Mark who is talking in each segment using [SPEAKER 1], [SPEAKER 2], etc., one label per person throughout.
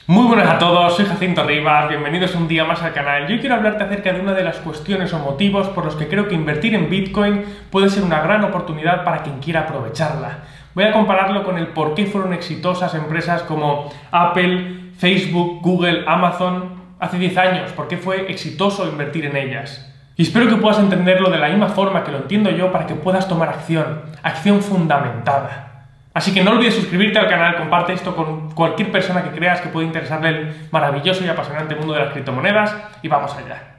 [SPEAKER 1] Muy buenas a todos, soy Jacinto Rivas, bienvenidos un día más al canal. Yo quiero hablarte acerca de una de las cuestiones o motivos por los que creo que invertir en Bitcoin puede ser una gran oportunidad para quien quiera aprovecharla. Voy a compararlo con el por qué fueron exitosas empresas como Apple, Facebook, Google, Amazon hace 10 años, por qué fue exitoso invertir en ellas. Y espero que puedas entenderlo de la misma forma que lo entiendo yo para que puedas tomar acción fundamentada. Así que no olvides suscribirte al canal, comparte esto con cualquier persona que creas que puede interesarle el maravilloso y apasionante mundo de las criptomonedas y vamos allá.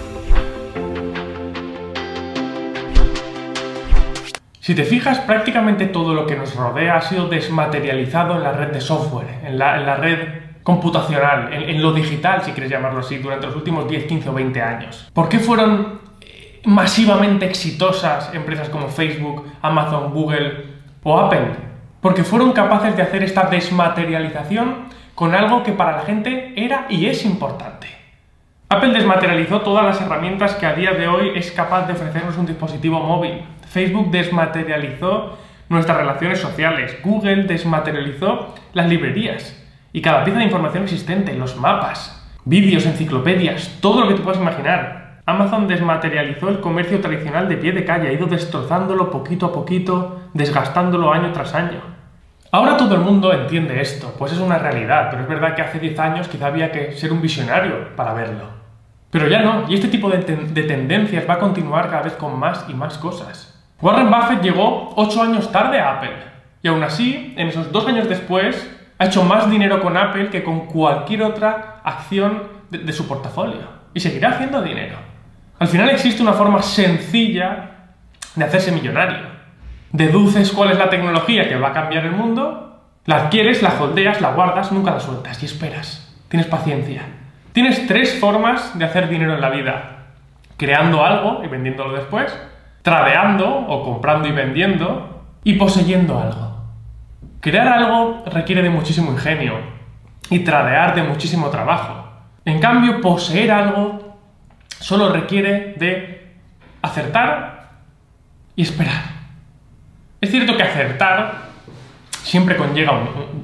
[SPEAKER 1] Si te fijas, prácticamente todo lo que nos rodea ha sido desmaterializado en la red de software, en la red computacional, en lo digital, si quieres llamarlo así, durante los últimos 10, 15 o 20 años. ¿Por qué fueron masivamente exitosas empresas como Facebook, Amazon, Google o Apple? Porque fueron capaces de hacer esta desmaterialización con algo que para la gente era y es importante. Apple desmaterializó todas las herramientas que a día de hoy es capaz de ofrecernos un dispositivo móvil. Facebook desmaterializó nuestras relaciones sociales. Google desmaterializó las librerías y cada pieza de información existente, los mapas, vídeos, enciclopedias, todo lo que te puedas imaginar. Amazon desmaterializó el comercio tradicional de pie de calle, ha ido destrozándolo poquito a poquito, desgastándolo año tras año. Ahora todo el mundo entiende esto, pues es una realidad, pero es verdad que hace 10 años quizá había que ser un visionario para verlo. Pero ya no, y este tipo de tendencias va a continuar cada vez con más y más cosas. Warren Buffett llegó 8 años tarde a Apple, y aún así, en esos 2 años después, ha hecho más dinero con Apple que con cualquier otra acción de su portafolio, y seguirá haciendo dinero. Al final existe una forma sencilla de hacerse millonario. Deduces cuál es la tecnología que va a cambiar el mundo, la adquieres, la holdeas, la guardas, nunca la sueltas y esperas. Tienes paciencia. Tienes 3 formas de hacer dinero en la vida. Creando algo y vendiéndolo después, tradeando o comprando y vendiendo, y poseyendo algo. Crear algo requiere de muchísimo ingenio y tradear de muchísimo trabajo. En cambio, poseer algo solo requiere de acertar y esperar. Es cierto que acertar siempre conlleva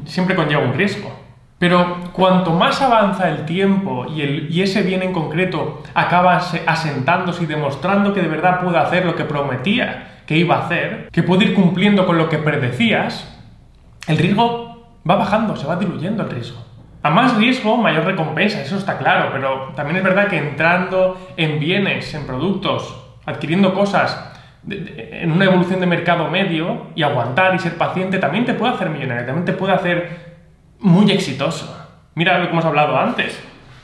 [SPEAKER 1] un riesgo, pero cuanto más avanza el tiempo y ese bien en concreto acaba asentándose y demostrando que de verdad puede hacer lo que prometía que iba a hacer, que puede ir cumpliendo con lo que predecías, el riesgo va bajando, se va diluyendo el riesgo. A más riesgo, mayor recompensa, eso está claro, pero también es verdad que entrando en bienes, en productos, adquiriendo cosas en una evolución de mercado medio y aguantar y ser paciente también te puede hacer millonario, también te puede hacer muy exitoso. Mira lo que hemos hablado antes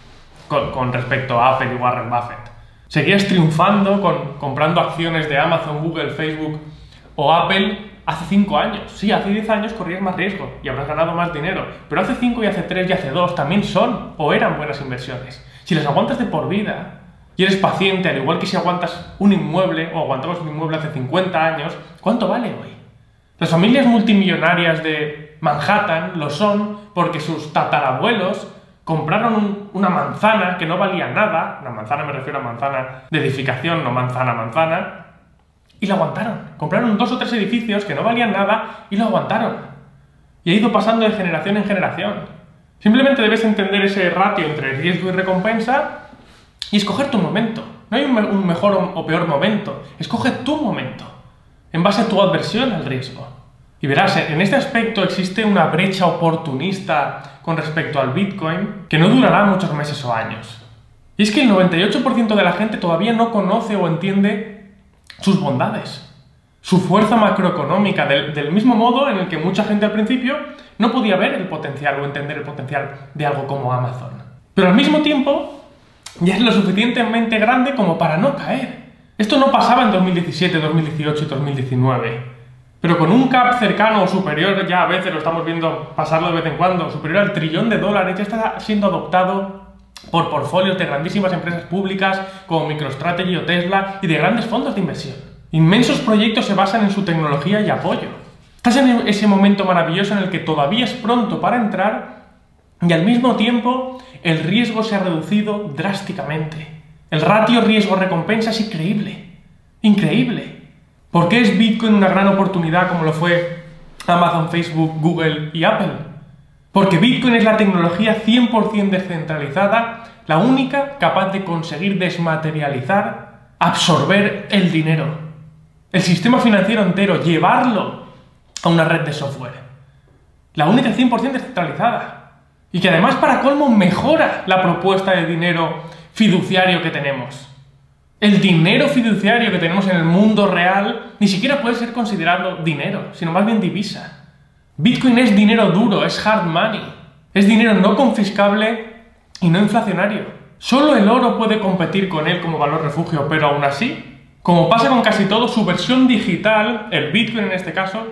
[SPEAKER 1] con respecto a Apple y Warren Buffett. Seguías triunfando comprando acciones de Amazon, Google, Facebook o Apple hace 5 años. Sí, hace 10 años corrías más riesgo y habrás ganado más dinero, pero hace 5 y hace 3 y hace 2 también son o eran buenas inversiones. Si las aguantas de por vida y eres paciente, al igual que si aguantas un inmueble o aguantabas un inmueble hace 50 años, ¿cuánto vale hoy? Las familias multimillonarias de Manhattan lo son porque sus tatarabuelos compraron una manzana que no valía nada, una manzana me refiero a manzana de edificación, no manzana, y la aguantaron. Compraron 2 o 3 edificios que no valían nada y lo aguantaron. Y ha ido pasando de generación en generación. Simplemente debes entender ese ratio entre riesgo y recompensa y escoger tu momento. No hay un mejor o peor momento. Escoge tu momento, en base a tu adversión al riesgo. Y verás, en este aspecto existe una brecha oportunista con respecto al Bitcoin que no durará muchos meses o años. Y es que el 98% de la gente todavía no conoce o entiende sus bondades, su fuerza macroeconómica, del mismo modo en el que mucha gente al principio no podía ver el potencial o entender el potencial de algo como Amazon. Pero al mismo tiempo ya es lo suficientemente grande como para no caer. Esto no pasaba en 2017, 2018 y 2019. Pero con un cap cercano o superior, ya a veces lo estamos viendo pasarlo de vez en cuando, superior al $1 trillón, ya está siendo adoptado por portfolios de grandísimas empresas públicas como MicroStrategy o Tesla y de grandes fondos de inversión. Inmensos proyectos se basan en su tecnología y apoyo. Estás en ese momento maravilloso en el que todavía es pronto para entrar y al mismo tiempo el riesgo se ha reducido drásticamente. El ratio riesgo-recompensa es increíble. Increíble. ¿Por qué es Bitcoin una gran oportunidad como lo fue Amazon, Facebook, Google y Apple? Porque Bitcoin es la tecnología 100% descentralizada, la única capaz de conseguir desmaterializar, absorber el dinero, el sistema financiero entero, llevarlo a una red de software. La única 100% descentralizada. Y que además, para colmo, mejora la propuesta de dinero fiduciario que tenemos. El dinero fiduciario que tenemos en el mundo real ni siquiera puede ser considerado dinero, sino más bien divisa. Bitcoin es dinero duro, es hard money. Es dinero no confiscable y no inflacionario. Solo el oro puede competir con él como valor refugio, pero aún así, como pasa con casi todo, su versión digital, el Bitcoin en este caso,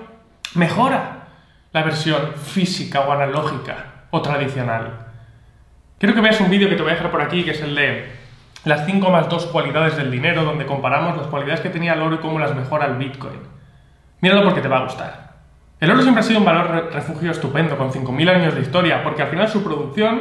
[SPEAKER 1] mejora la versión física o analógica o tradicional. Quiero que veas un vídeo que te voy a dejar por aquí, que es el de las 5 más 2 cualidades del dinero, donde comparamos las cualidades que tenía el oro y cómo las mejora el Bitcoin. Míralo porque te va a gustar. El oro siempre ha sido un valor refugio estupendo, con 5.000 años de historia, porque al final su producción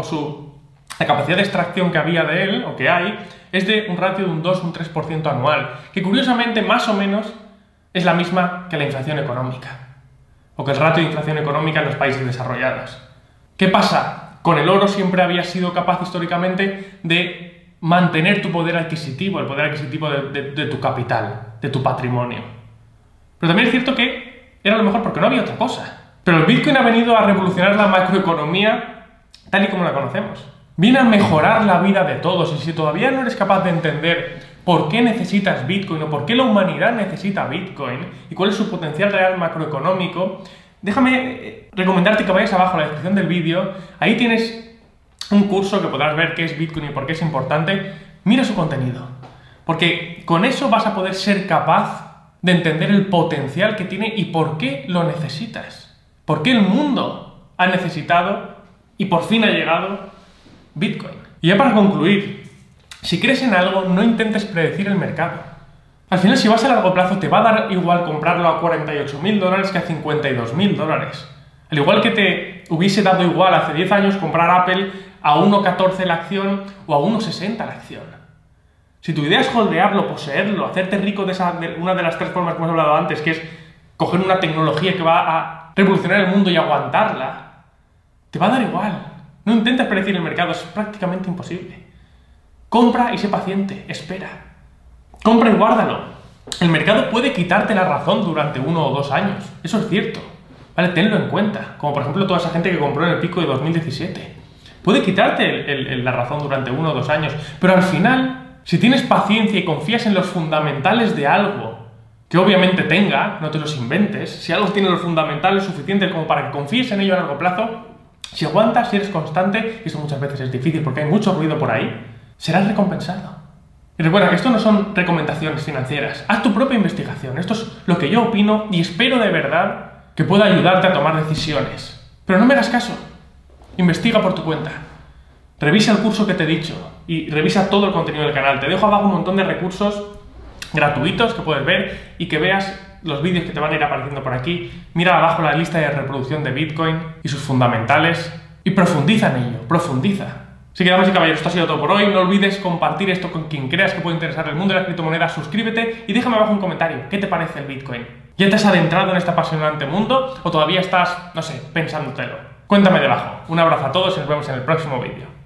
[SPEAKER 1] o la capacidad de extracción que había de él, o que hay, es de un ratio de un 2 o un 3% anual, que curiosamente más o menos es la misma que la inflación económica, o que el ratio de inflación económica en los países desarrollados. ¿Qué pasa? Con el oro siempre había sido capaz históricamente de mantener tu poder adquisitivo, el poder adquisitivo de tu capital, de tu patrimonio. Pero también es cierto que era lo mejor porque no había otra cosa. Pero el Bitcoin ha venido a revolucionar la macroeconomía tal y como la conocemos. Viene a mejorar la vida de todos, y si todavía no eres capaz de entender por qué necesitas Bitcoin o por qué la humanidad necesita Bitcoin y cuál es su potencial real macroeconómico, déjame recomendarte que vayas abajo a la descripción del vídeo. Ahí tienes un curso que podrás ver qué es Bitcoin y por qué es importante. Mira su contenido, porque con eso vas a poder ser capaz de entender el potencial que tiene y por qué lo necesitas. Por qué el mundo ha necesitado y por fin ha llegado Bitcoin. Y ya para concluir, si crees en algo, no intentes predecir el mercado. Al final, si vas a largo plazo, te va a dar igual comprarlo a $48.000 que a $52.000. Al igual que te hubiese dado igual hace 10 años comprar Apple a 1,14 la acción o a 1,60 la acción. Si tu idea es holdearlo, poseerlo, hacerte rico de una de las 3 formas que hemos hablado antes, que es coger una tecnología que va a revolucionar el mundo y aguantarla, te va a dar igual. No intentes predecir el mercado, es prácticamente imposible. Compra y sé paciente, espera. Compra y guárdalo. El mercado puede quitarte la razón durante 1 o 2 años, eso es cierto. ¿Vale? Tenlo en cuenta, como por ejemplo toda esa gente que compró en el pico de 2017. Puede quitarte la razón durante 1 o 2 años, pero al final, si tienes paciencia y confías en los fundamentales de algo, que obviamente tenga, no te los inventes, si algo tiene los fundamentales suficientes como para que confíes en ello a largo plazo, si aguantas, si eres constante, y eso muchas veces es difícil porque hay mucho ruido por ahí, serás recompensado. Y recuerda que esto no son recomendaciones financieras, haz tu propia investigación, esto es lo que yo opino y espero de verdad que pueda ayudarte a tomar decisiones. Pero no me hagas caso, investiga por tu cuenta. Revisa el curso que te he dicho y revisa todo el contenido del canal. Te dejo abajo un montón de recursos gratuitos que puedes ver y que veas los vídeos que te van a ir apareciendo por aquí. Mira abajo la lista de reproducción de Bitcoin y sus fundamentales y profundiza en ello, profundiza. Así que, damas y caballeros, esto ha sido todo por hoy. No olvides compartir esto con quien creas que puede interesar el mundo de las criptomonedas. Suscríbete y déjame abajo un comentario. ¿Qué te parece el Bitcoin? ¿Ya te has adentrado en este apasionante mundo o todavía estás, no sé, pensándotelo? Cuéntame debajo. Un abrazo a todos y nos vemos en el próximo vídeo.